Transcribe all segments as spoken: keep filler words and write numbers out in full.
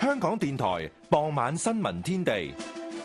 香港電台傍晚新聞天地。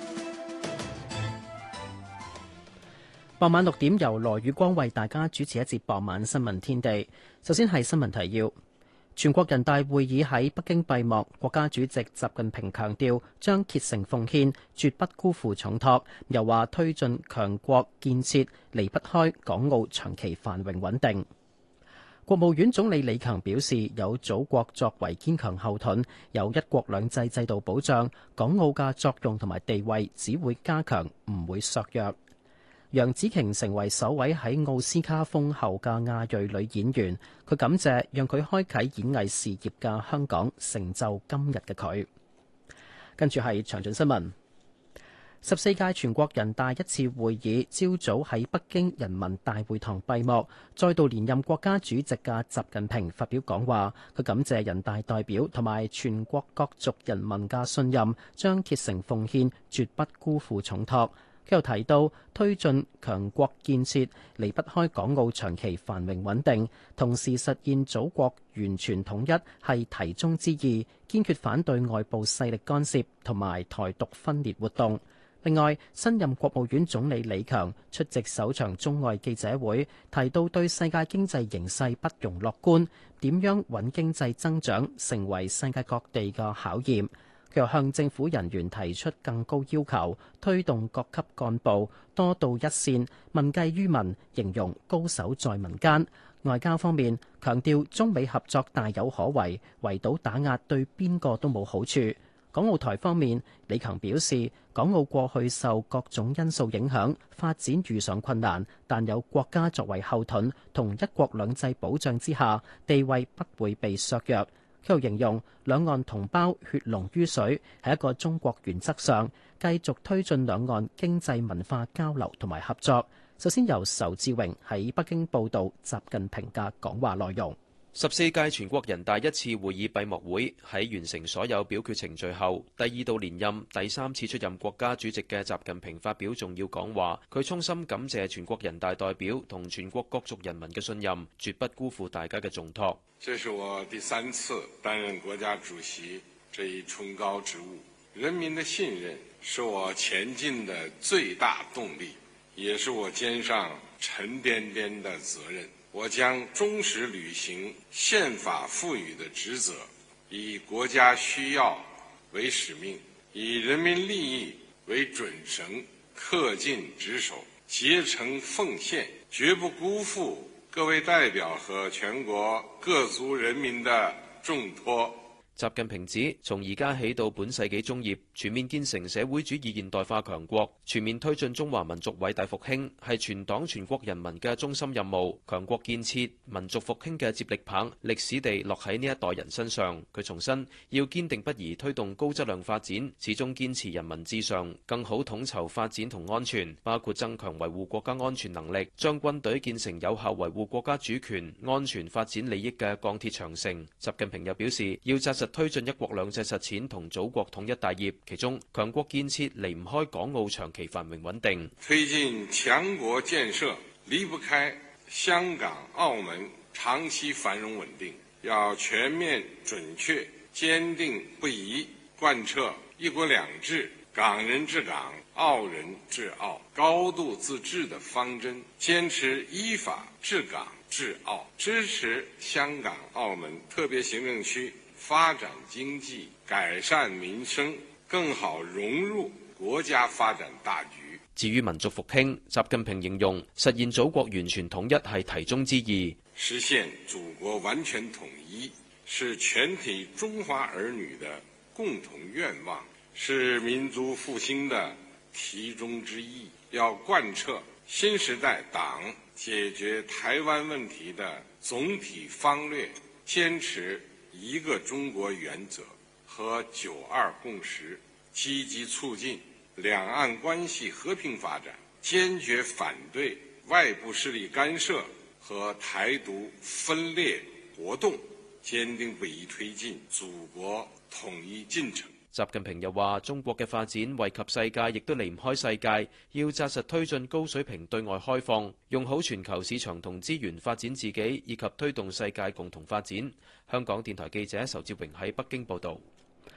傍晚六點由羅宇光為大家主持一節傍晚新聞天地。首先係新聞提要。全國人大會議喺北京閉幕，國家主席習近平強調將竭誠奉獻，絕不辜負重託，又話推進強國建設離不開港澳長期繁榮穩定。國務院總理李強表示，有祖國作為堅強後盾，有一國兩制制度保障，港澳嘅作用同埋地位只會加強，唔會削弱。楊紫瓊成為首位喺奧斯卡封后嘅亞裔女演員，佢感謝讓佢開啟演藝事業嘅香港，成就今日嘅佢。跟住係詳盡新聞。十四屆全國人大一次會議朝早喺北京人民大會堂閉幕，再度連任國家主席嘅習近平發表講話，佢感謝人大代表同埋全國各族人民嘅信任，將竭誠奉獻，絕不辜負重託。佢又提到，推進強國建設離不開港澳長期繁榮穩定，同時實現祖國完全統一係題中之義，堅決反對外部勢力干涉同埋台獨分裂活動。另外，新任國務院總理李強出席首場中外記者會，提到對世界經濟形勢不容樂觀，點樣穩經濟增長成為世界各地嘅考驗。佢又向政府人員提出更高要求，推動各級幹部多到一線，問計於民，形容高手在民間。外交方面，強調中美合作大有可為，圍堵打壓對邊個都冇好處。港澳台方面，李強表示，港澳過去受各種因素影響，發展遇上困難，但有國家作為後盾同一國兩制保障之下，地位不會被削弱。佢又形容兩岸同胞血濃於水，喺一個中國原則上，繼續推進兩岸經濟文化交流同埋合作。首先由仇志榮喺北京報導習近平嘅講話內容。 十四屆全國人大一次會議閉幕會喺完成所有表決程序後，第二度連任、第三次出任國家主席嘅習近平發表重要講話。佢衷心感謝全國人大代表同全國各族人民嘅信任，絕不辜負大家嘅重託。 這是我第三次擔任國家主席這一崇高職務，人民的信任是我前進的最大動力，也是我肩上沉甸甸的責任。我將忠實履行憲法賦予的職責，以國家需要為使命，以人民利益為準繩，恪盡職守，竭誠奉獻，絕不辜負各位代表和全國各族人民的重託。 習近平指，從而家起到本世紀中葉，全面建成社會主義現代化強國，全面推進中華民族偉大復興，係全黨全國人民嘅中心任務。強國建設、民族復興嘅接力棒，歷史地落喺呢一代人身上。佢重申，要堅定不移推動高質量發展，始終堅持人民至上，更好統籌發展同安全，包括增強維護國家安全能力，將軍隊建成有效維護國家主權、安全、發展利益嘅鋼鐵長城。習近平又表示，要紮實推進一國兩制實踐同祖國統一大業，其中強國建設離唔開港澳長期繁榮穩定。 推進強國建設離不開香港、澳門長期繁榮穩定，要全面準確、堅定不移貫徹一國兩制、港人治港、澳人治澳、高度自治的方針，堅持依法治港治澳，支持香港、澳門特別行政區發展經濟、改善民生，更好融入國家發展大局。 至於民族復興，習近平形容實現祖國完全統一係題中之義。 實現祖國完全統一是全體中華兒女的共同願望，是民族復興的題中之義。要貫徹新時代黨解決台灣問題的總體方略，堅持一個中國原則和九二共識，積極促進兩岸關係和平發展，堅決反對外部勢力干涉和台獨分裂活動，堅定不移推進祖國統一進程。 習近平又話：中國嘅發展惠及世界，亦都離唔開世界，要紮實推進高水平對外開放，用好全球市場同資源發展自己，以及推動世界共同發展。香港電台記者仇志榮喺北京報導。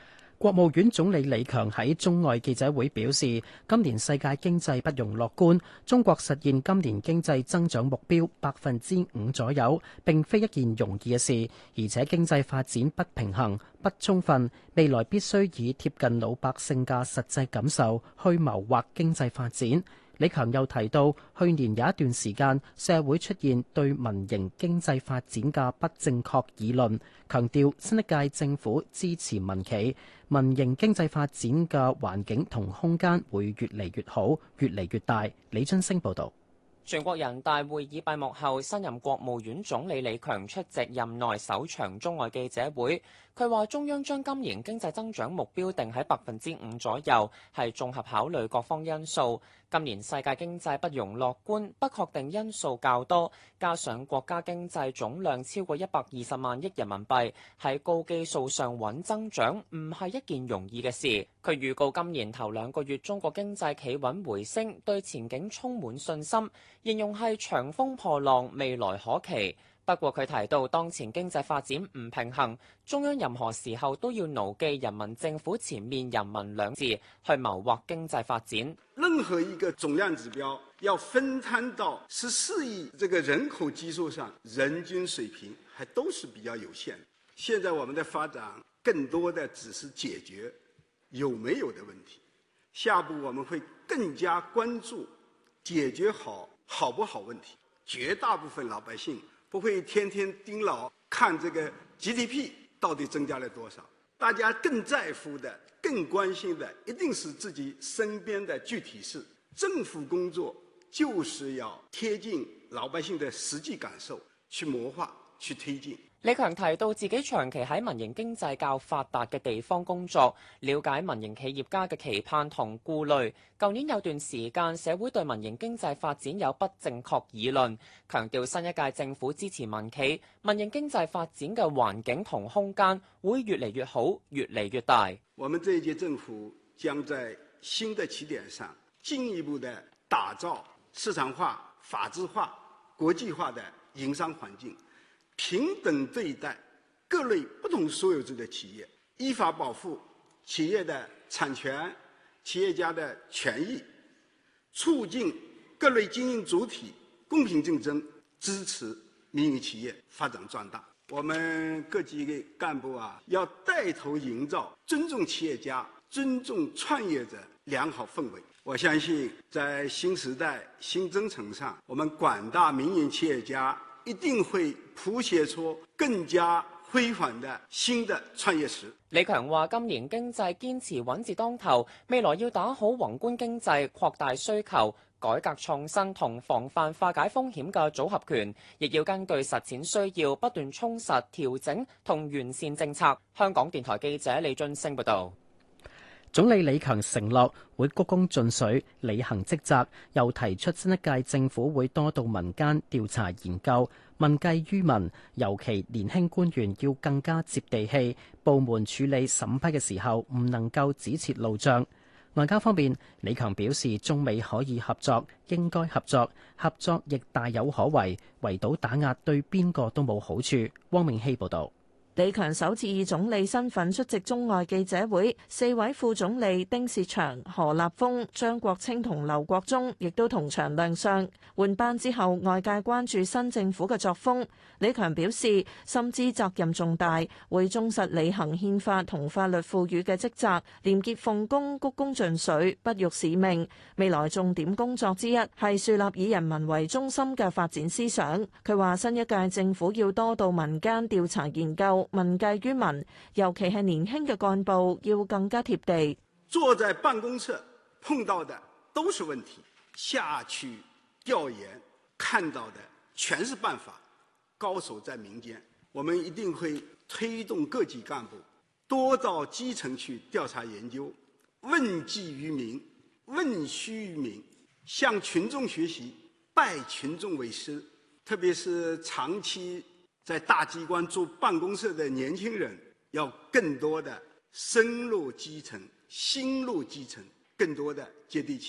國務院總理李強喺中外記者會表示，今年世界經濟不容樂觀，中國實現今年經濟增長目標百分之五左右，並非一件容易嘅事，而且經濟發展不平衡、不充分，未來必須以貼近老百姓嘅實際感受去謀劃經濟發展。李強又提到，去年有一段時間社會出現對民營經濟發展嘅不正確議論，強調新一屆政府支持民企、民營經濟發展嘅環境同空間會越嚟越好、越嚟越大。李津升報導。 全國人大會議閉幕後，新任國務院總理李強出席任內首場中外記者會。佢話中央將今年經濟增長目標定喺百分之五左右，係綜合考慮各方因素。今年世界經濟不容樂觀，不確定因素較多，加上國家經濟總量超過一百二十萬億人民幣，喺高基數上穩增長，唔係一件容易嘅事。佢預告今年頭兩個月中國經濟企穩回升，對前景充滿信心，形容係長風破浪，未來可期。不過佢提到，當前經濟發展唔平衡，中央任何時候都要牢記人民政府前面人民兩字，去謀劃經濟發展。 任何一個總量指標要分攤到十四億這個人口基數上，人均水平還都是比較有限。現在我們的發展更多的只是解決有沒有的問題，下步我們會更加關注解決好好不好問題。絕大部分老百姓不會天天盯牢看這個 G D P 到底增加了多少，大家更在乎的、更關心的一定是自己身邊的具體事。政府工作就是要貼近老百姓的實際感受，去謀劃、去推進。 李強提到自己長期喺民營經濟較發達嘅地方工作，了解民營企業家嘅期盼同顧慮。舊年有段時間，社會對民營經濟發展有不正確議論，強調新一屆政府支持民企、民營經濟發展嘅環境同空間會越嚟越好、越嚟越大。 我們這一屆政府將在新的起點上，進一步的打造市場化、法治化、國際化的營商環境。平等對待各類不同所有制的企業，依法保護企業的產權、企業家的權益，促進各類經營主體公平競爭，支持民營企業發展壯大。我們各級幹部啊，要帶頭營造尊重企業家、尊重創業者良好氛圍。我相信，在新時代新征程上，我們廣大民營企業家一定會譜寫出更加輝煌的新的創業史。 李強話：今年經濟堅持穩字當頭，未來要打好宏觀經濟、擴大需求、改革創新同防範化解風險嘅組合拳，亦要根據實踐需要不斷充實、調整同完善政策。香港電台記者李俊升報導。 總理李強承諾會鞠躬盡瘁，履行職責，又提出新一屆政府會多到民間調查研究，問計於民，尤其年輕官員要更加接地氣，部門處理審批嘅時候唔能夠只設路障。外交方面，李強表示中美可以合作，應該合作，合作亦大有可為，圍堵打壓對邊個都冇好處。汪明希報導。 李強首次以總理身份出席中外記者會，四位副總理丁薛祥、何立峰、張國清同劉國中亦都同場亮相。換班之後，外界關注新政府嘅作風。李強表示，深知責任重大，會忠實履行憲法同法律賦予嘅職責，廉潔奉公、鞠躬盡瘁，不辱使命。未來重點工作之一係樹立以人民為中心嘅發展思想。佢話新一屆政府要多到民間調查研究，問計於民，尤其係年輕嘅幹部要更加貼地。 坐在辦公室碰到的都是問題，下去調研看到的全是辦法，高手在民間。我們一定會推動各級幹部多到基層去調查研究，問計於民，問須於民，向群眾學習，拜群眾為師。特別是長期在大機關做辦公室的年輕人，要更多的深入基層、心入基層，更多的接地氣。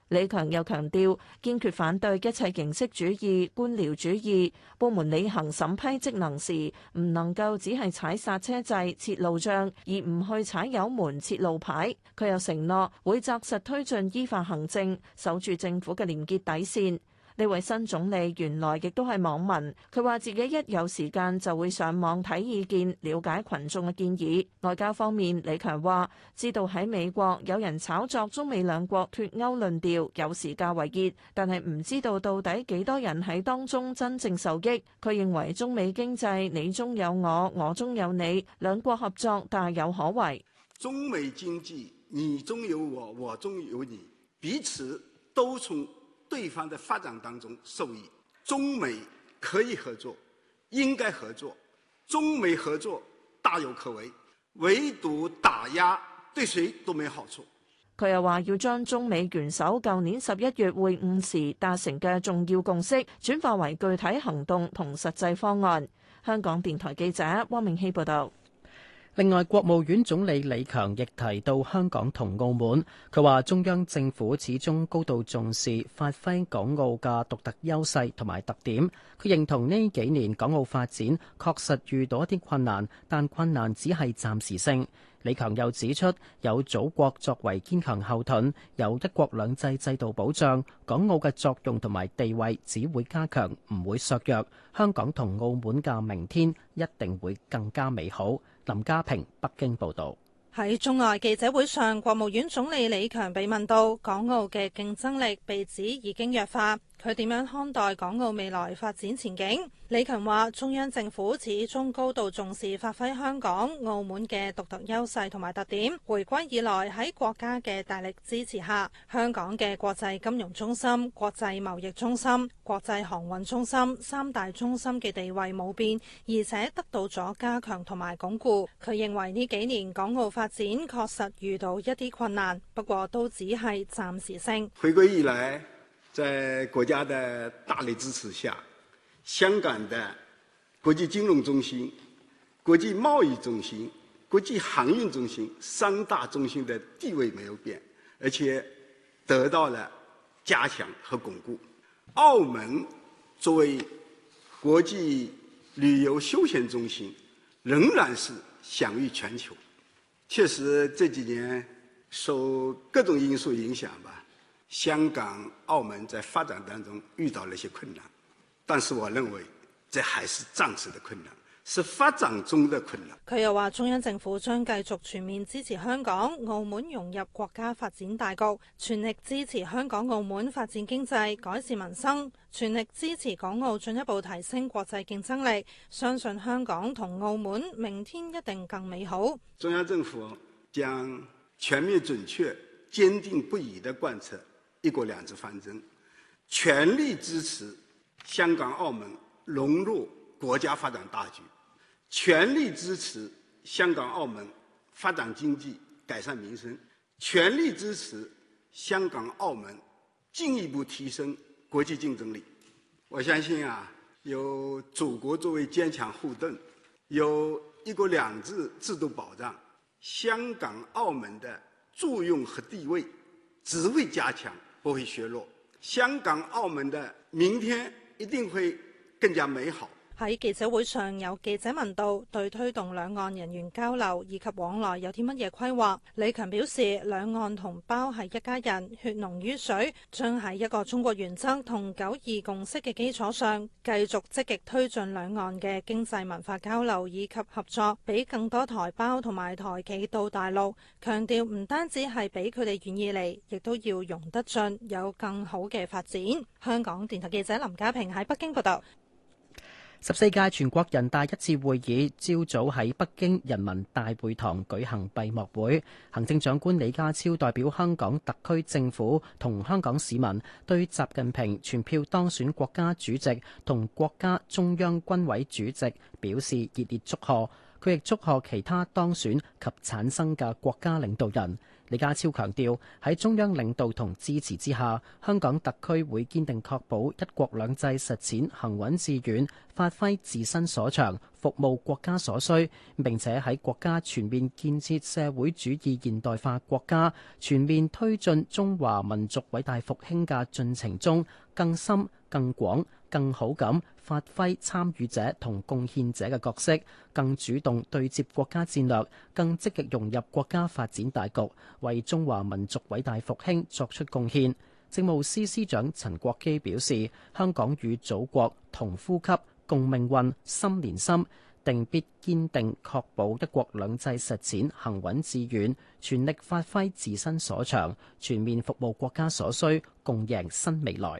李強又強調，堅決反對一切形式主義、官僚主義。部門履行審批職能時，唔能夠只係踩剎車掣、設路障，而唔去踩油門、設路牌。佢又承諾會紮實推進依法行政，守住政府嘅廉潔底線。呢位新總理原來亦都係網民，佢話自己一有時間就會上網睇意見，了解群眾嘅建議。外交方面，李強話知道喺美國有人炒作中美兩國脫歐論調，有時較為熱，但係唔知道到底幾多人喺當中真正受益。佢認為中美經濟你中有我，我中有你，兩國合作大有可為。 中美經濟你中有我，我中有你，彼此都從對方的發展當中受益，中美可以合作，應該合作，中美合作大有可為，唯獨打壓對誰都沒好處。 佢又話要將中美元首舊年十一月會晤時達成嘅重要共識轉化為具體行動同實際方案。香港電台記者汪明希報道。 另外，國務院總理李強亦提到香港同澳門，佢話中央政府始終高度重視發揮港澳嘅獨特優勢同埋特點。佢認同呢幾年港澳發展確實遇到一啲困難，但困難只係暫時性。李強又指出，有祖國作為堅強後盾，有一國兩制制度保障，港澳嘅作用同埋地位只會加強，唔會削弱。香港同澳門嘅明天一定會更加美好。林家平北京報道。 喺中外記者會上，國務院總理李強被問到港澳嘅競爭力被指已經弱化，佢點樣看待港澳未來發展前景？李強話中央政府始終高度重視發揮香港、澳門嘅獨特優勢同埋特點。回歸以來，喺國家嘅大力支持下，香港嘅國際金融中心、國際貿易中心、國際航運中心三大中心嘅地位冇變，而且得到咗加強同埋鞏固。佢認為呢幾年港澳發展確實遇到一啲困難，不過都只係暫時性。 回歸以來，在國家的大力支持下，香港的國際金融中心、國際貿易中心、國際航運中心三大中心的地位沒有變，而且得到了加強和鞏固。澳門作為國際旅遊休閒中心，仍然是享譽全球。確實這幾年受各種因素影響吧，香港、澳門在發展當中遇到了一些困難，但是我認為這還是暫時的困難，是發展中的困難。 佢又話中央政府將繼續全面支持香港、澳門融入國家發展大局，全力支持香港、澳門發展經濟、改善民生，全力支持港澳進一步提升國際競爭力，相信香港同澳門明天一定更美好。 中央政府將全面準確、堅定不移地貫徹一國兩制方針，全力支持香港、澳門融入國家發展大局，全力支持香港、澳門發展經濟、改善民生，全力支持香港、澳門進一步提升國際競爭力。我相信啊，有祖國作為堅強後盾，有一國兩制制度保障，香港、澳門的作用和地位只會加強，不會削弱。香港、澳門的明天一定會更加美好。 喺記者會上，有記者問到對推動兩岸人員交流以及往來有啲乜嘢規劃，李強表示兩岸同胞係一家人，血濃於水，將喺一個中國原則同九二共識嘅基礎上，繼續積極推進兩岸嘅經濟文化交流以及合作，俾更多台胞同埋台企到大陸，強調唔單止係俾佢哋願意嚟，亦都要融得進，有更好嘅發展。香港電台記者林家平喺北京報道。 十四屆全國人大一次會議朝早喺北京人民大會堂舉行閉幕會，行政長官李家超代表香港特區政府同香港市民對習近平全票當選國家主席同國家中央軍委主席表示熱烈祝賀。 佢亦祝賀其他當選及產生嘅國家領導人。李家超強調，喺中央領導同支持之下，香港特區會堅定確保一國兩制實踐行穩致遠，發揮自身所長，服務國家所需，並且喺國家全面建設社會主義現代化國家、全面推進中華民族偉大復興嘅進程中，更深、更廣、更好咁發揮參與者同貢獻者嘅角色，更主動對接國家戰略，更積極融入國家發展大局，為中華民族偉大復興作出貢獻。政務司司長陳國基表示，香港與祖國同呼吸、共命運、心連心，定必堅定確保一國兩制實踐行穩致遠，全力發揮自身所長，全面服務國家所需，共贏新未來。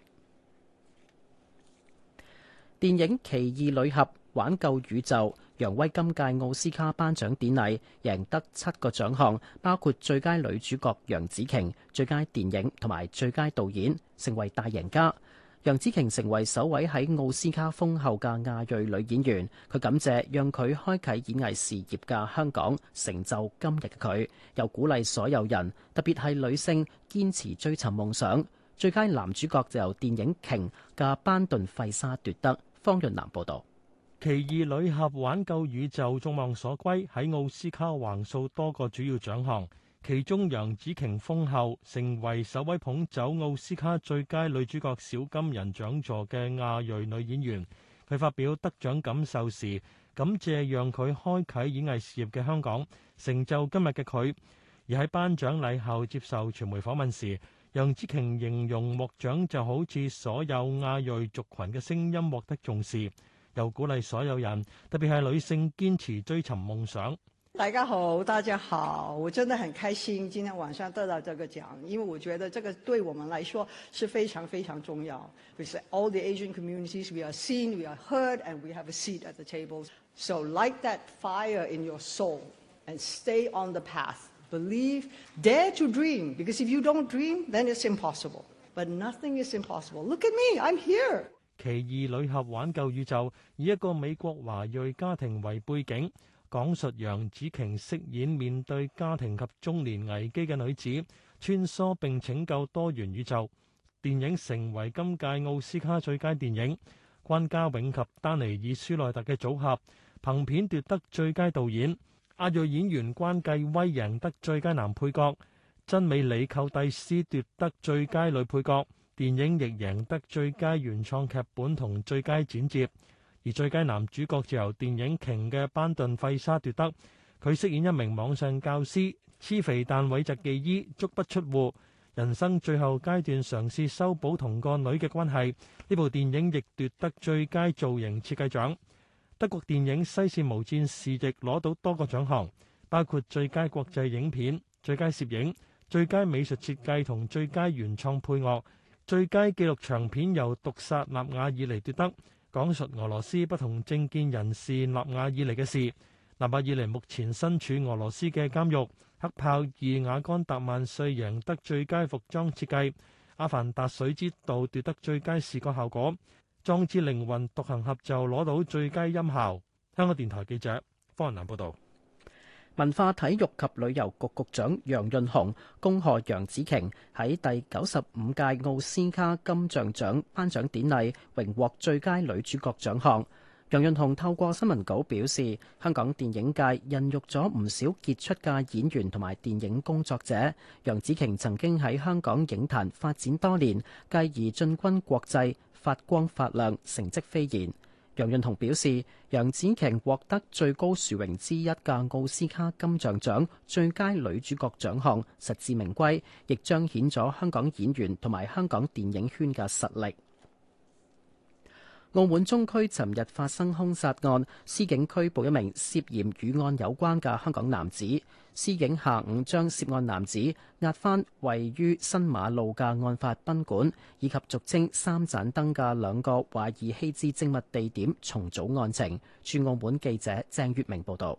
電影《奇異女俠挽救宇宙》楊威今屆奧斯卡頒獎典禮贏得七個獎項，包括最佳女主角楊紫瓊、最佳電影同埋最佳導演，成為大贏家。楊紫瓊成為首位喺奧斯卡封后嘅亞裔女演員，佢感謝讓佢開啟演藝事業嘅香港，成就今日嘅佢，又鼓勵所有人，特別係女性堅持追尋夢想。最佳男主角就由電影《鯨》嘅班頓費沙奪得。方潤南報道。 奇異女俠挽救宇宙眾望所歸，喺奧斯卡橫掃多個主要獎項，其中楊紫瓊封后，成為首位捧走奧斯卡最佳女主角小金人獎座嘅亞裔女演員。佢發表得獎感受時，感謝讓佢開啟演藝事業嘅香港，成就今日嘅佢。而喺頒獎禮後接受傳媒訪問時，楊紫瓊形容獲獎就好似所有亞裔族群嘅聲音獲得重視，又鼓勵所有人，特別係女性堅持追尋夢想。 大家好，大家好，我真的很開心今天晚上得到這個獎，因為我覺得這個對我們來說是非常非常重要。Because all the Asian communities, we are seen, we are heard, and we have a seat at the table. So light that fire in your soul and stay on the path. Believe, dare to dream, because if you don't dream, then it's impossible. But nothing is impossible. Look at me, I'm here. 奇異女俠挽救宇宙以一個美國華裔家庭為背景，講述楊紫瓊飾演面對家庭及中年危機嘅女子，穿梭並拯救多元宇宙。電影成為今屆奧斯卡最佳電影，關家永及丹尼爾舒內特嘅組合憑片奪得最佳導演。亞裔演員關繼威贏得最佳男配角，真美里寇蒂斯奪得最佳女配角，電影亦贏得最佳原創劇本同最佳剪接。而最佳男主角就由電影《鯨》嘅班頓費沙奪得，佢飾演一名網上教師，癡肥但諱疾忌醫，足不出戶，人生最後階段嘗試修補同個女嘅關係。呢部電影亦奪得最佳造型設計獎。德國電影《西線無戰事》亦攞到多個獎項，包括最佳國際影片、最佳攝影、最佳美術設計同最佳原創配樂。最佳紀錄長片由毒殺納瓦爾尼奪得，講述俄羅斯不同政見人士納瓦爾尼嘅事。納瓦爾尼目前身處俄羅斯嘅監獄。黑豹二瓦干達萬歲贏得最佳服裝設計。阿凡達水之道奪得最佳視覺效果。壯志凌雲獨行俠就攞到最佳音效。香港電台記者方雲南報道。 文化體育及旅遊局局長楊潤雄恭賀楊紫瓊喺第九十五屆奧斯卡金像獎頒獎典禮榮獲最佳女主角獎項。楊潤雄透過新聞稿表示，香港電影界孕育咗唔少傑出嘅演員同埋電影工作者。楊紫瓊曾經喺香港影壇發展多年，繼而進軍國際，發光發亮，成績斐然。楊潤雄表示，楊紫瓊獲得最高殊榮之一嘅奧斯卡金像獎最佳女主角獎項，實至名歸，亦彰顯咗香港演員同埋香港電影圈嘅實力。澳門中區尋日發生兇殺案，司警拘捕一名涉嫌與案有關嘅香港男子。司警下午將涉案男子押返位於新馬路嘅案發賓館，以及俗稱三盞燈嘅兩個懷疑棄置證物地點，重組案情。駐澳門記者鄭月明報導。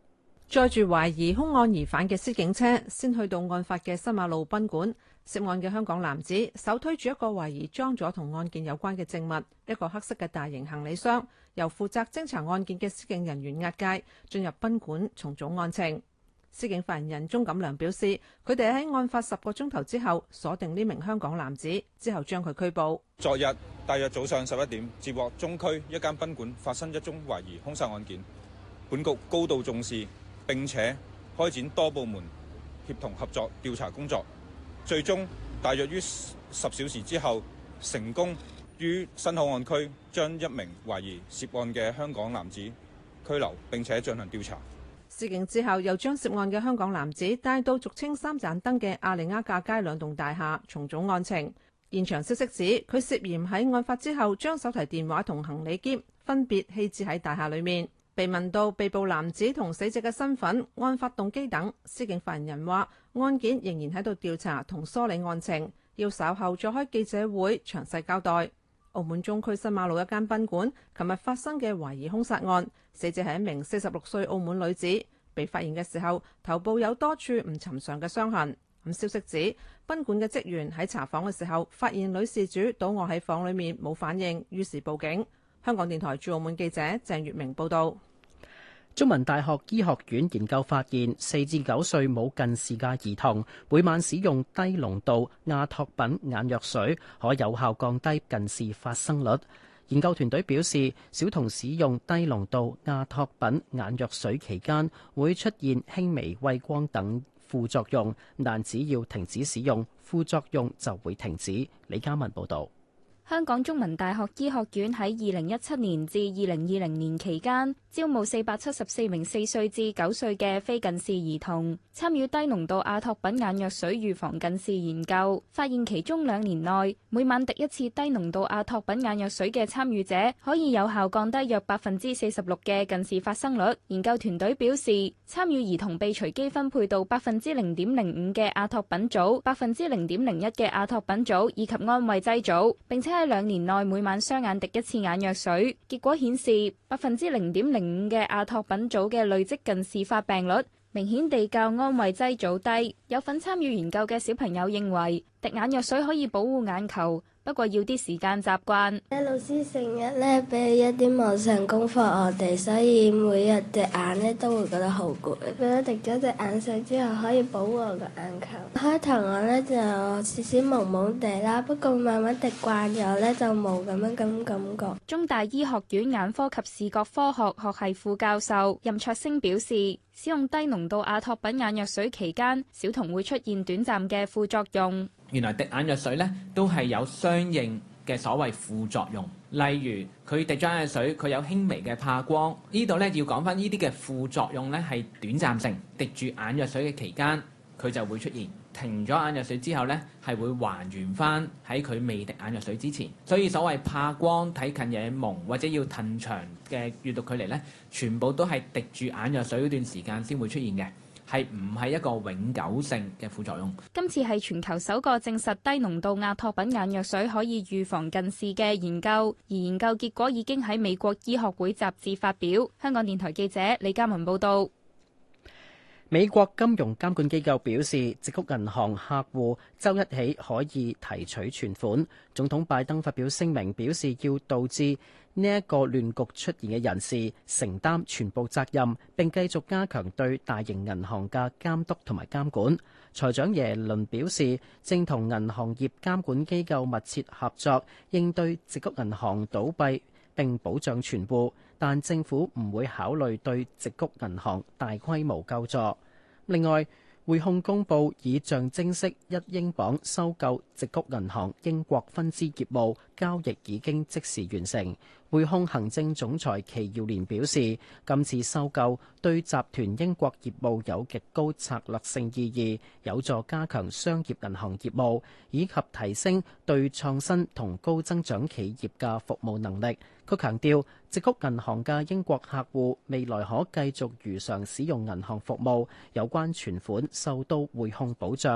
載住懷疑兇案疑犯嘅司警車，先去到案發嘅新馬路賓館。涉案嘅香港男子手推住一個懷疑裝咗同案件有關嘅證物，一個黑色嘅大型行李箱，由負責偵查案件嘅司警人員押解進入賓館重組案情。司警發言人鐘錦良表示，佢哋喺案發十個鐘頭之後鎖定呢名香港男子，之後將佢拘捕。 昨日大約早上十一點，接獲中區一間賓館發生一宗懷疑兇殺案件，本局高度重視並且開展多部門協同合作調查工作。最終大約於十小時之後，成功於新口岸區將一名懷疑涉案嘅香港男子拘留並且進行調查。 司警之後又將涉案嘅香港男子帶到俗稱三盞燈嘅亞利亞架街兩棟大廈重組案情。現場消息指佢涉嫌喺案發之後將手提電話同行李篋分別棄置喺大廈裏面。被問到被捕男子同死者嘅身份、案發動機等，司警發言人話案件仍然喺度調查同梳理案情，要稍後再開記者會詳細交代。澳門中區新馬路一間賓館琴日發生嘅懷疑兇殺案，死者係一名四十六歲澳門女子，被發現嘅時候頭部有多處唔尋常嘅傷痕。咁消息指賓館嘅職員喺查房嘅時候發現女事主倒卧喺房裡面冇反應，於是報警。香港電台駐澳門記者鄭月明報道。 中文大學醫學院研究發現，四至九歲冇近視嘅兒童每晚使用低濃度亞托品眼藥水，可有效降低近視發生率。研究團隊表示，小童使用低濃度亞托品眼藥水期間會出現輕微畏光等副作用，但只要停止使用，副作用就會停止。李嘉文報導。 香港中文大學醫學院喺二零一七年至二零二零年期間招募四百七十四名四歲至九歲嘅非近視兒童參與低濃度亞托品眼藥水預防近視研究，發現其中兩年內每晚滴一次低濃度亞托品眼藥水嘅參與者可以有效降低約百分之四十六嘅近視發生率。研究團隊表示，參與兒童被隨機分配到百分之零點零五嘅亞托品組、百分之零點零一嘅亞托品組以及安慰劑組，並且喺兩年內每晚雙眼滴一次眼藥水。結果顯示，百分之零點零五嘅亞托品組嘅累積近視發病率明顯地較安慰劑組低。有份參與研究嘅小朋友認為，滴眼藥水可以保護眼球，不過要啲時間習慣。 老師成日咧俾一啲網上功課我哋，所以每日隻眼咧都會覺得好攰。覺得滴咗隻眼水之後可以保護我個眼球。開頭我咧就少少蒙蒙地啦，不過慢慢滴慣咗咧就冇咁樣咁感覺。 中大醫學院眼科及視覺科學學系副教授任卓星表示，使用低濃度亞托品眼藥水期間，小童會出現短暫嘅副作用。 原來滴眼藥水咧都係有相應嘅所謂副作用，例如佢滴咗眼藥水，佢有輕微嘅怕光。呢度咧要講翻呢啲嘅副作用咧係短暫性，滴住眼藥水嘅期間佢就會出現，停咗眼藥水之後咧係會還原翻喺佢未滴眼藥水之前。所以所謂怕光、睇近嘢蒙或者要褪長嘅閱讀距離咧，全部都係滴住眼藥水嗰段時間先會出現嘅。係唔係一個永久性嘅副作用？ 今次係全球首個證實低濃度亞托品眼藥水可以預防近視嘅研究，而研究結果已經喺美國醫學會雜誌發表。香港電台記者李嘉文報道。 美國金融監管機構表示，矽谷銀行客戶周一起可以提取存款。總統拜登發表聲明，表示要導致呢一個亂局出現嘅人士承擔全部責任，並繼續加強對大型銀行嘅監督同埋監管。財長耶倫表示，正同銀行業監管機構密切合作，應對矽谷銀行倒閉並保障存戶，但政府唔會考慮對矽谷銀行大規模救助。另外，匯控公布以象徵式一英鎊收購矽谷銀行英國分支業務，交易已經即時完成。匯控行政總裁祁耀年表示，今次收購對集團英國業務有極高策略性意義，有助加強商業銀行業務，以及提升對創新同高增長企業嘅服務能力。佢強調，矽谷銀行嘅英國客戶未來可繼續如常使用銀行服務，有關存款受到匯控保障。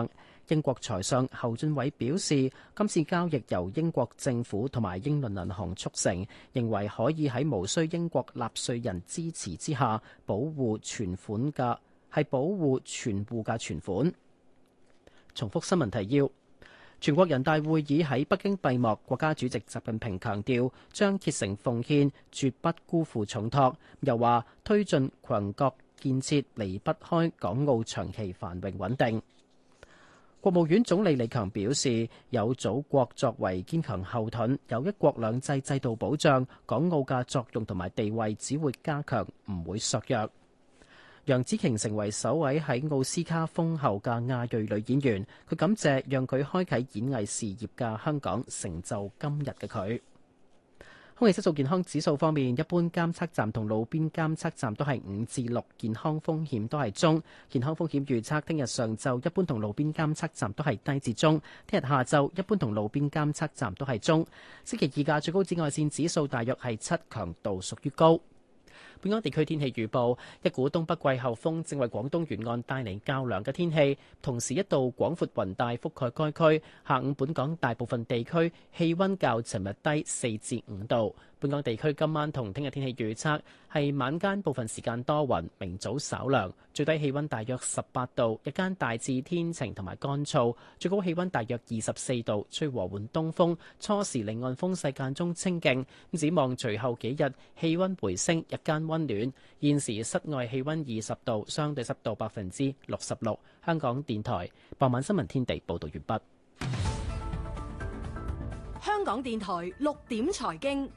英國財相侯俊偉表示，今次交易由英國政府同埋英倫銀行促成，認為可以喺無需英國納稅人支持之下，保護存款嘅係保護存戶嘅存款。重複新聞提要：全國人大會議喺北京閉幕，國家主席習近平強調將竭誠奉獻，絕不辜負重託，又話推進強國建設離不開港澳長期繁榮穩定。國務院總理李強表示，有祖國作為堅強後盾，有一國兩制制度保障，港澳嘅作用同埋地位只會加強，唔會削弱。楊紫瓊成為首位喺奧斯卡封后嘅亞裔女演員，佢感謝讓佢開啟演藝事業嘅香港，成就今日嘅佢。空氣質素健康指數方面，一般監測站同路邊監測站都係五至六，健康風險都係中。健康風險預測，聽日上晝一般同路邊監測站都係低至中，聽日下晝一般同路邊監測站都係中。星期二嘅最高紫外線指數大約係七，強度屬於高。本港地區天氣預報，一股東北季候風正為廣東沿岸帶嚟較涼嘅天氣，同時一道廣闊雲帶覆蓋該區。下午本港大部分地區氣溫較尋日低四至五度。本港地區今晚同聽日天氣預測係晚間部分時間多雲，明早稍涼，最低氣溫大約十八度，日間大致天晴同埋乾燥，最高氣溫大約二十四度，吹和緩東風，初時離岸風勢間中清勁。展望隨後幾日氣溫回升，日間溫暖。現時室外氣溫二十度，相對濕度百分之六十六。香港電台傍晚新聞天地報道完畢。 香港電台六點財經。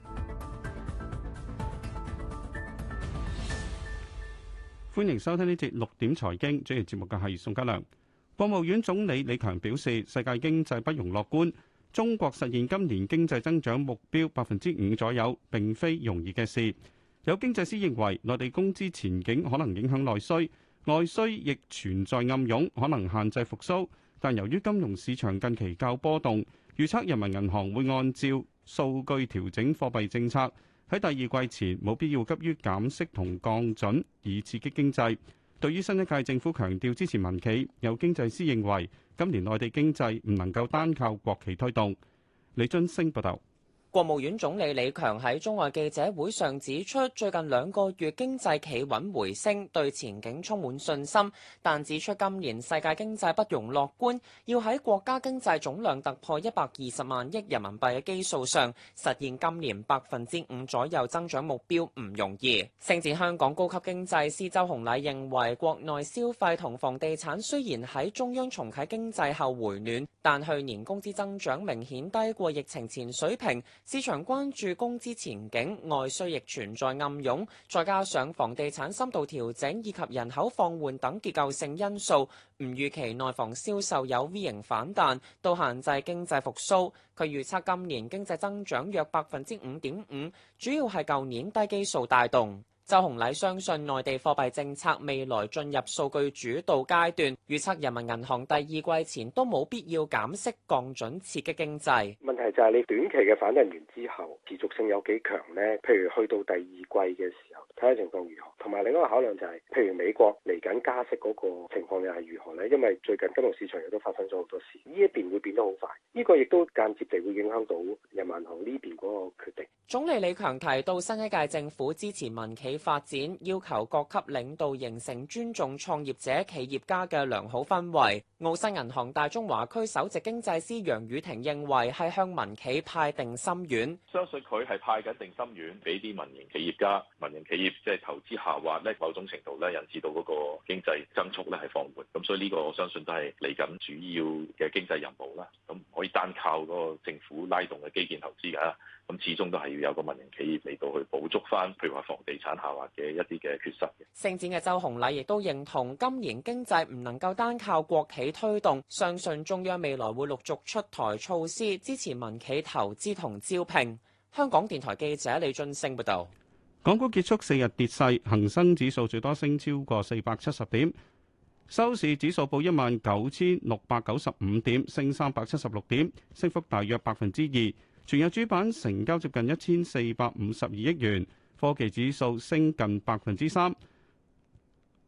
歡迎收聽呢節六點財經，主持節目嘅係宋家良。國務院總理李強表示，世界經濟不容樂觀，中國實現今年經濟增長目標百分之五左右，並非容易嘅事。有經濟師認為，內地工資前景可能影響內需，外需亦存在暗湧，可能限制復甦。但由於金融市場近期較波動，預測人民銀行會按照數據調整貨幣政策。喺第二季前冇必要急於減息同降準以刺激經濟。對於新一屆政府強調支持民企，有經濟師認為今年內地經濟唔能夠單靠國企推動。李津升報道。 國務院總理李強喺中外記者會上指出，最近兩個月經濟企穩回升，對前景充滿信心，但指出今年世界經濟不容樂觀，要喺國家經濟總量突破一百二十萬億人民幣嘅基數上，實現今年百分之五左右增長目標唔容易。星展香港高級經濟師周洪禮認為，國內消費同房地產雖然喺中央重啟經濟後回暖，但去年工資增長明顯低過疫情前水平。市場關注工資前景，外需亦存在暗湧，再加上房地產深度調整以及人口放緩等結構性因素，唔預期內房銷售有 V 型反彈，都限制經濟復甦。佢預測今年經濟增長約百分之五點五，主要係舊年低基數帶動。周洪禮相信內地貨幣政策未來進入數據主導階段，預測人民銀行第二季前都冇必要減息降準刺激經濟。 問題就係你短期嘅反彈完之後，持續性有幾強呢？譬如去到第二季嘅時候，睇下情況如何。同埋另一個考量就係，譬如美國嚟緊加息嗰個情況又係如何呢？因為最近金融市場亦都發生咗好多事，呢一邊會變得好快，呢個亦都間接地會影響到人民銀行呢邊嗰個決定。 總理李強提到，新一屆政府支持民企發展，要求各級領導形成尊重創業者、企業家嘅良好氛圍。澳新銀行大中華區首席經濟師楊宇霆認為係向民企派定心丸， 相信佢係派緊定心丸俾啲民營企業家、民營企業即係投資下滑咧，某種程度咧引致到嗰個經濟增速咧係放緩。咁所以呢個我相信都係嚟緊主要嘅經濟任務啦。咁唔可以單靠嗰個政府拉動嘅基建投資㗎。咁始終都係要有個民營企業嚟到去補足翻，譬如話房地產下滑嘅一啲嘅缺失嘅。 星展嘅周洪禮亦都認同，今年經濟唔能夠單靠國企推動，相信中央未來會陸續出台措施支持民企投資同招聘。香港電台記者李俊升報道。 港股結束四日跌勢，恒生指數最多升超過四百七十點，收市指數報一萬九千六百九十五點，升三百七十六點，升幅大約百分之二。全日主板成交接近一千四百五十二億元，科技指數升近百分之三，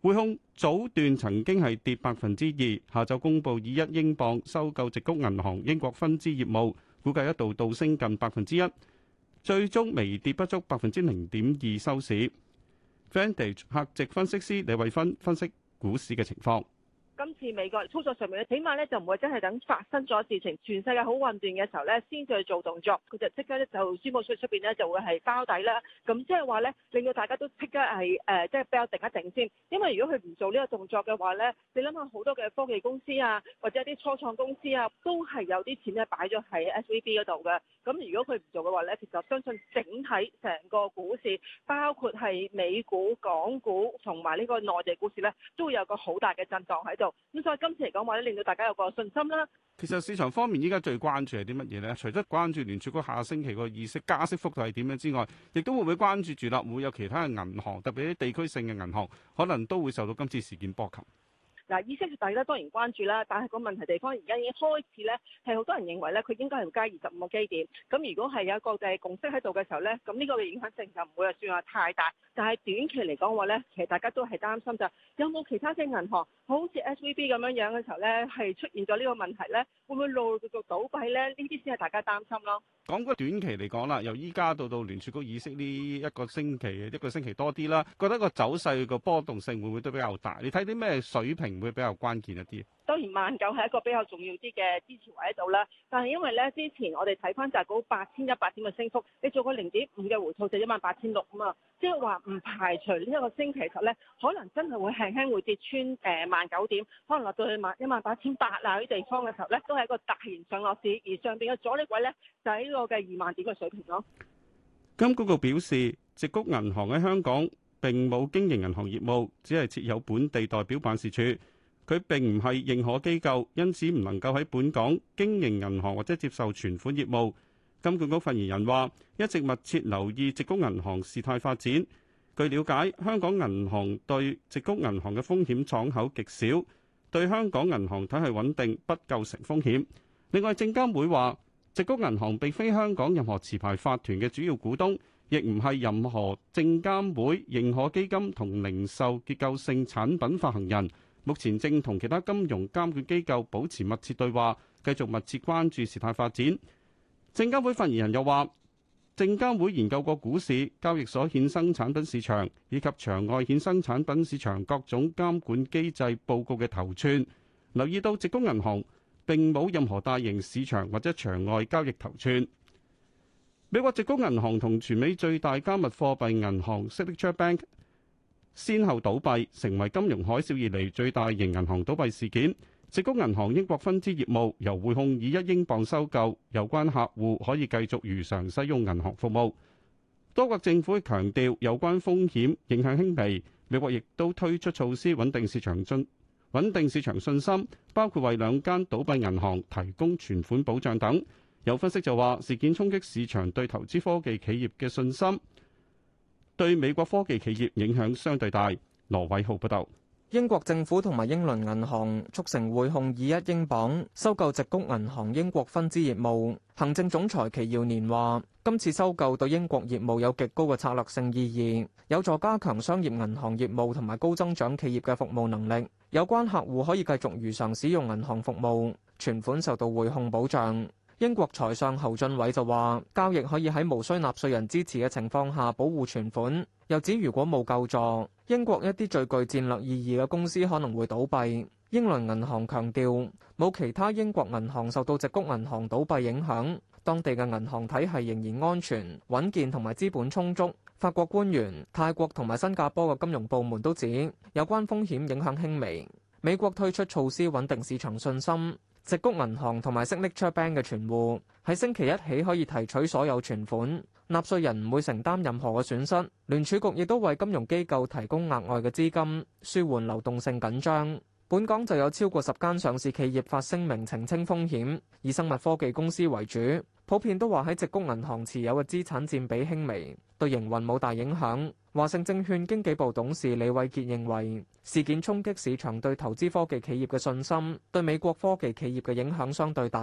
匯控早段曾經係跌百分之二，下晝公佈以一英鎊收購矽谷銀行英國分支業務，估計一度倒升近百分之一，最終微跌不足百分之零點二收市。Vantage 客席分析師李慧芬分析股市嘅情況。 今次美國操作上面咧，起碼咧就唔會真係等發生咗事情，全世界好混亂嘅時候咧，先至去做動作，佢就即刻咧就宣佈出出邊咧就會係包底啦。咁即係話咧，令到大家都即刻係誒，即係比較定一定先。因為如果佢唔做呢個動作嘅話咧，你諗下好多嘅科技公司啊，或者一啲初創公司啊，都係有啲錢咧擺咗喺 S V B 嗰度嘅。咁如果佢唔做嘅話咧，其實相信整體成個股市，包括係美股、港股同埋呢個內地股市咧，都會有個好大嘅震盪喺度。咁所以今次嚟講話咧，令到大家有個信心啦。 其實市場方面依家最關注係啲乜嘢咧？除咗關注聯儲局下星期個議息加息幅度係點樣之外，亦都會唔會關注住啦？會唔會有其他嘅銀行，特別啲地區性嘅銀行，可能都會受到今次事件波及。 嗱，議息大家當然關注啦，但係個問題地方而家已經開始咧，係好多人認為咧，佢應該係要加二十五個基點。咁如果係有一個嘅共識喺度嘅時候咧，咁呢個嘅影響性就唔會係算話太大。但係短期嚟講話咧，其實大家都係擔心就有冇其他嘅銀行好似 S V B 咁樣樣嘅時候咧，係出現咗呢個問題咧，會唔會陸陸續續倒閉咧？呢啲先係大家擔心咯。 講個短期嚟講啦，由依家到到聯儲局議息呢一個星期，一個星期多啲啦，覺得個走勢個波動性會唔會都比較大？你睇啲咩水平會比較關鍵一啲？ 當然萬九係一個比較重要啲嘅支持位喺度啦，但係因為咧之前我哋睇翻就係嗰八千一百點嘅升幅，你做個零點五嘅回吐就一萬八千六啊嘛，即係話唔排除呢一個星期實咧可能真係會輕輕會跌穿誒萬九點，可能落到去萬一萬八千八啊啲地方嘅時候咧，都係一個突然上落市，而上邊嘅阻力位咧就喺呢個嘅二萬點嘅水平咯。 金管局表示，矽谷銀行喺香港並冇經營銀行業務，只係設有本地代表辦事處。佢並唔係認可機構，因此唔能夠喺本港經營銀行或者接受存款業務。金管局發言人話，一直密切留意矽谷銀行事態發展。據了解，香港銀行對矽谷銀行嘅風險敞口極少，對香港銀行體系穩定不構成風險。另外，證監會話，矽谷銀行並非香港任何持牌法團嘅主要股東，亦唔係任何證監會認可基金同零售結構性產品發行人。目前正同其他金融監管機構保持密切對話，繼續密切關注事態發展。證監會發言人又話，證監會研究過股市、交易所衍生產品市場以及場外衍生產品市場各種監管機制報告嘅頭寸，留意到矽谷銀行並冇任何大型市場或者場外交易頭寸。美國矽谷銀行同全美最大加密貨幣銀行 Signature Bank先後倒閉，成為金融海嘯以嚟最大型銀行倒閉事件。矽谷銀行英國分支業務由匯控以一英鎊收購，有關客戶可以繼續如常使用銀行服務。多國政府強調有關風險影響輕微，美國亦都推出措施穩定市場信穩定市場信心，包括為兩間倒閉銀行提供存款保障等。有分析就話，事件衝擊市場對投資科技企業嘅信心，對美國科技企業影響相對大。羅偉浩報道。 英國政府同埋英倫銀行促成匯控以一英鎊收購矽谷銀行英國分支業務。行政總裁祁耀年話，今次收購對英國業務有極高嘅策略性意義，有助加強商業銀行業務同埋高增長企業嘅服務能力。有關客戶可以繼續如常使用銀行服務，存款受到匯控保障。英國財相侯俊偉就話，交易可以喺無需納稅人支持嘅情況下保護存款。又指如果冇救助，英國一啲最具戰略意義嘅公司可能會倒閉。英倫銀行強調，冇其他英國銀行受到矽谷銀行倒閉影響，當地嘅銀行體系仍然安全、穩健同埋資本充足。法國官員、泰國同埋新加坡嘅金融部門都指，有關風險影響輕微。美國推出措施穩定市場信心。矽谷銀行同埋 Signature Bank 嘅存戶喺星期一起可以提取所有存款，納稅人唔會承擔任何嘅損失。聯儲局亦都為金融機構提供額外嘅資金，舒緩流動性緊張。本港就有超過十間上市企業發聲明澄清風險，以生物科技公司為主，普遍都話喺矽谷銀行持有嘅資產佔比輕微，對營運冇大影響。華盛證券經紀部董事李偉傑認為，事件衝擊市場對投資科技企業嘅信心，對美國科技企業嘅影響相對大。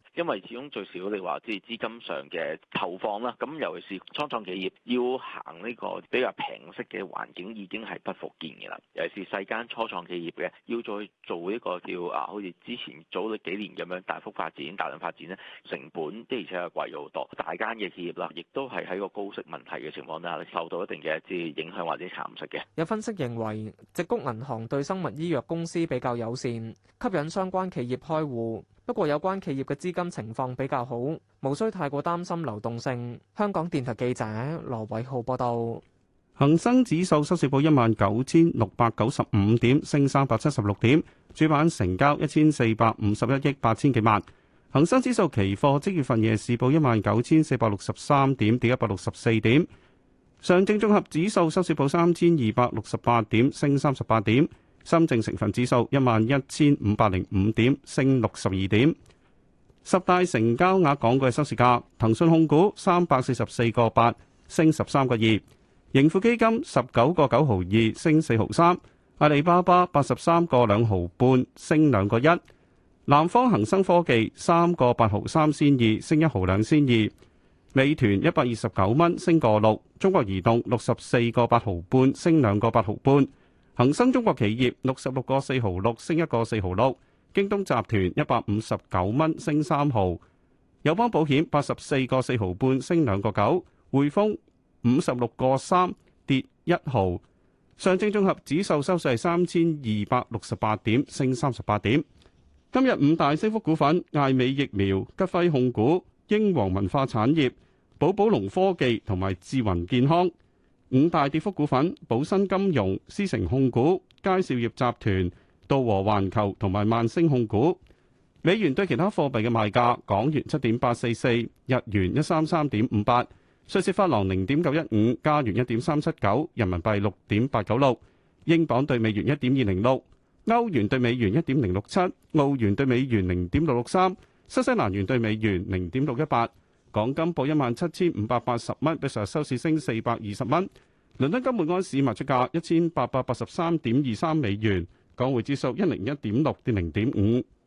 因為始終最少你話即係資金上嘅投放啦，咁尤其是初創企業要行呢個比較平息嘅環境已經係不復見嘅啦。尤其是細間初創企業嘅，要再做一個叫啊，好似之前早咗幾年咁樣大幅發展、大量發展咧，成本的而且確貴咗好多。大間嘅企業啦，亦都係喺個高息問題嘅情況下，受到一定嘅即係影響或者蠶食嘅。 有分析認為，矽谷銀行對生物醫藥公司比較友善，吸引相關企業開戶。不過有關企業嘅資金情況比較好，無需太過擔心流動性。香港電台記者羅偉浩報道。 恒生指數收市報一萬九千六百九十五點，升三百七十六點，主板成交一千四百五十一億八千幾萬。恒生指數期貨即月份夜市報一萬九千四百六十三點，跌一百六十四點。上證綜合指數收市報三千二百六十八點，升三十八點。深證成分指數一萬一千五百零五點，升六十二點。十大成交額港股嘅收市價：騰訊控股三百四十四個八，升十三個二；盈富基金十九個九毫二，升四毫三；阿里巴巴八十三個兩毫半，升兩個一；南方恒生科技三個八毫三仙二，升一毫兩仙二；美團一百二十九蚊，升個六；中國移動六十四個八毫半，升兩個八毫半。恒生中國企業六十六個四毫六，升一個四毫六；京東集團一百五十九蚊，升三毫；友邦保險八十四個四毫半，升兩個九；匯豐五十六個三，跌一毫。上證綜合指數收市係三千二百六十八點，升三十八點。今日五大升幅股份：艾美疫苗、吉輝控股、英皇文化產業、寶寶龍科技同埋智雲健康。五大跌幅股份：寶新金融、思成控股、佳兆業集團、道和環球同埋萬星控股。美元對其他貨幣嘅賣價：港元七點八四四，日元一三三點五八，瑞士法郎零點九一五，加元一點三七九，人民幣六點八九六，英鎊對美元一點二零六，歐元對美元一點零六七，澳元對美元零點六六三，新西蘭元對美元零點六一八。港金報一萬七千五百八十蚊，比上日收市升四百二十蚊。倫敦金每安士賣出價一千八百八十三點二三美元，港匯指數一零一點六跌零點五。